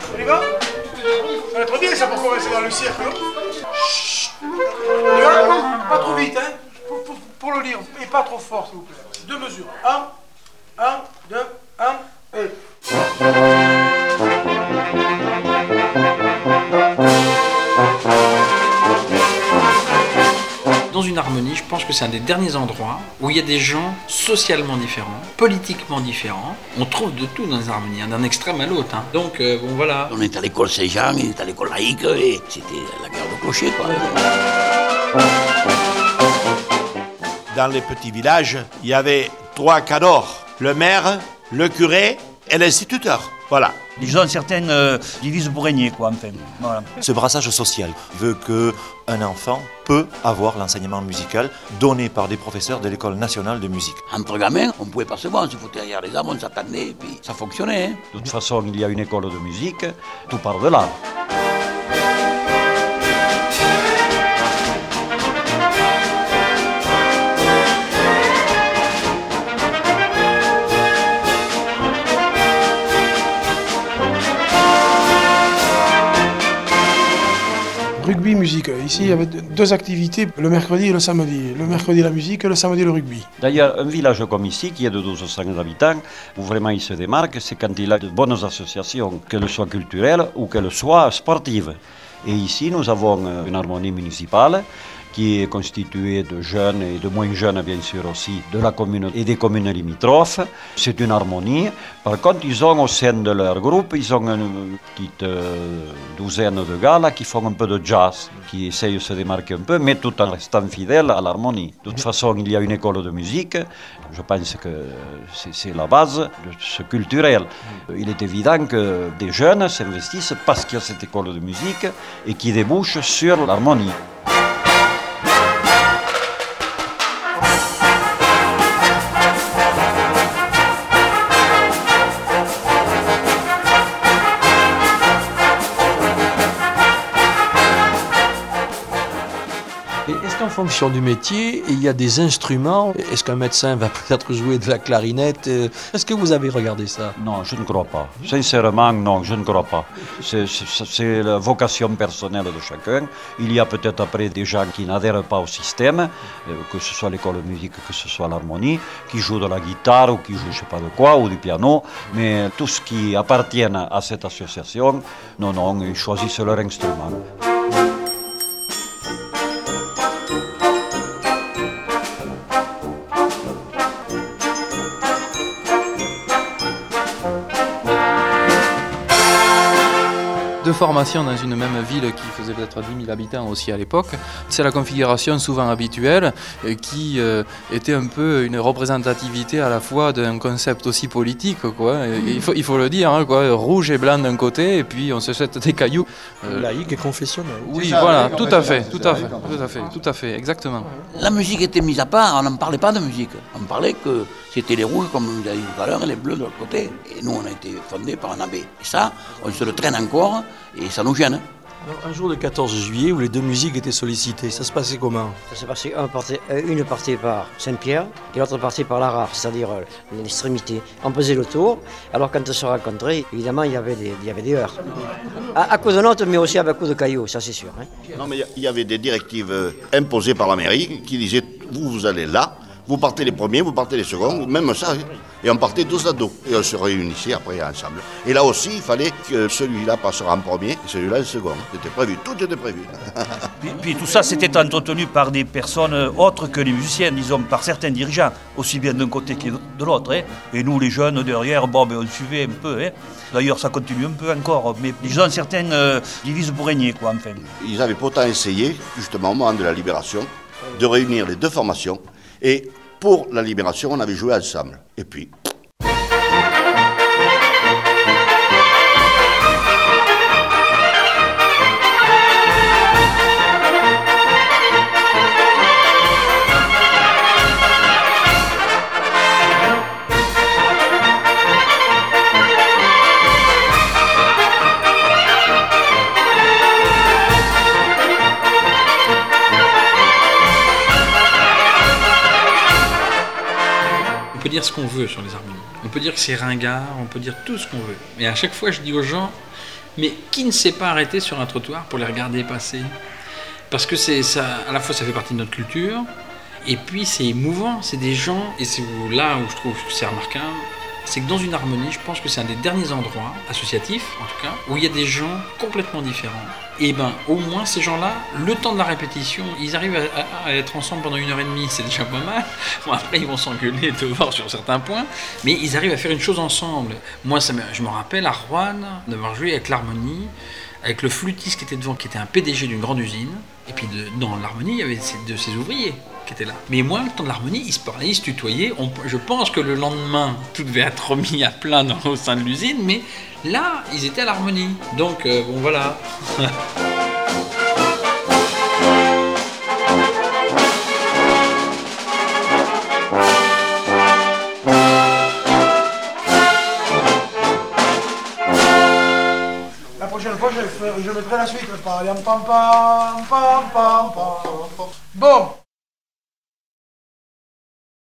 On y va? Ça va être bien ça pour commencer dans le cirque, non? Chut. On y va? Pas trop vite, hein? Pour le lire, et pas trop fort, s'il vous plaît. 2 mesures. 1, 2, 1, et... Dans une harmonie, je pense que c'est un des derniers endroits où il y a des gens socialement différents, politiquement différents. On trouve de tout dans les harmonies, d'un extrême à l'autre. Hein. Donc, bon, voilà. On est à l'école Saint-Jean, on est à l'école laïque, et c'était la guerre de clocher, quoi. Dans les petits villages, il y avait 3 cadors. Le maire, le curé et l'instituteur. Voilà. Disons, certains divisent pour régner, quoi, enfin. Voilà. Ce brassage social veut qu'un enfant peut avoir l'enseignement musical donné par des professeurs de l'École nationale de musique. Entre gamins, on ne pouvait pas se voir, on se foutait derrière les arbres, on s'attendait, et puis ça fonctionnait. Hein. De toute façon, il y a une école de musique, tout part de là. Rugby, musique. Ici, il y avait 2 activités, le mercredi et le samedi. Le mercredi, la musique, et le samedi, le rugby. D'ailleurs, un village comme ici, qui est de 1200 habitants, où vraiment il se démarque, c'est quand il a de bonnes associations, qu'elles soient culturelles ou qu'elles soient sportives. Et ici, nous avons une harmonie municipale qui est constituée de jeunes et de moins jeunes, bien sûr aussi, de la commune et des communes limitrophes. C'est une harmonie. Par contre, ils ont au sein de leur groupe, ils ont une petite douzaine de gars là, qui font un peu de jazz, qui essayent de se démarquer un peu, mais tout en restant fidèles à l'harmonie. De toute façon, il y a une école de musique. Je pense que c'est la base de ce culturel. Il est évident que des jeunes s'investissent parce qu'il y a cette école de musique et qui débouche sur l'harmonie. En fonction du métier, il y a des instruments. Est-ce qu'un médecin va peut-être jouer de la clarinette? Est-ce que vous avez regardé ça? Non, je ne crois pas. Sincèrement, non, je ne crois pas. C'est la vocation personnelle de chacun. Il y a peut-être après des gens qui n'adhèrent pas au système, que ce soit l'école de musique, que ce soit l'harmonie, qui jouent de la guitare ou qui jouent je ne sais pas de quoi, ou du piano. Mais tout ce qui appartient à cette association, non, ils choisissent leur instrument. Deux formations dans une même ville qui faisait peut-être 10 000 habitants aussi à l'époque. C'est la configuration souvent habituelle qui était un peu une représentativité à la fois d'un concept aussi politique, quoi. Il faut le dire, hein, quoi. Rouge et blanc d'un côté et puis on se jette des cailloux. Laïque et confessionnel. Oui, voilà, tout à fait, exactement. La musique était mise à part, on n'en parlait pas de musique. On parlait que c'était les rouges, comme vous avez dit tout à l'heure, et les bleus de l'autre côté. Et nous, on a été fondés par un abbé. Et ça, on se le traîne encore. Et ça nous gêne. Alors, un jour de 14 juillet où les 2 musiques étaient sollicitées, ça se passait comment? Ça s'est passé une partie par Saint-Pierre et l'autre partie par la rare, c'est-à-dire l'extrémité. On faisait le tour, alors quand on se rencontrait, évidemment il y avait des heurts. À cause de notes, mais aussi avec coup de cailloux, ça c'est sûr. Hein. Non, mais il y avait des directives imposées par la mairie qui disaient vous allez là, vous partez les premiers, vous partez les seconds, même ça. Et on partait dos à dos. Et on se réunissait après ensemble. Et là aussi, il fallait que celui-là passera en premier et celui-là en second. C'était prévu, tout était prévu. Puis tout ça, c'était entretenu par des personnes autres que les musiciens, disons, par certains dirigeants, aussi bien d'un côté que de l'autre. Hein. Et nous, les jeunes, derrière, on suivait un peu. Hein. D'ailleurs, ça continue un peu encore. Mais disons, certains divisent pour régner, quoi, enfin. Ils avaient pourtant essayé, justement, au moment de la libération, de réunir les 2 formations. Et pour la libération, on avait joué ensemble. Et puis... On peut dire ce qu'on veut sur les harmonies. On peut dire que c'est ringard, on peut dire tout ce qu'on veut. Mais à chaque fois, je dis aux gens, Mais qui ne s'est pas arrêté sur un trottoir pour les regarder passer? Parce que c'est ça, à la fois ça fait partie de notre culture, et puis c'est émouvant, c'est des gens, et c'est là où je trouve que c'est remarquable, c'est que dans une harmonie, je pense que c'est un des derniers endroits, associatifs en tout cas, où il y a des gens complètement différents. Et ben au moins ces gens-là, le temps de la répétition, ils arrivent à être ensemble pendant 1h30, c'est déjà pas mal. Bon, après ils vont s'engueuler dehors sur certains points, mais ils arrivent à faire une chose ensemble. Moi je me rappelle à Rouen d'avoir joué avec l'harmonie, avec le flûtiste qui était devant, qui était un PDG d'une grande usine, et puis dans l'harmonie, il y avait de ses ouvriers qui étaient là. Mais moi, le temps de l'harmonie, ils se parlaient, ils se tutoyaient. Je pense que le lendemain, tout devait être remis à plat au sein de l'usine, mais là, ils étaient à l'harmonie. Donc, bon, voilà. La prochaine fois, je mettrai la suite. Pam, pam, pam, pam, pam, pam. Bon.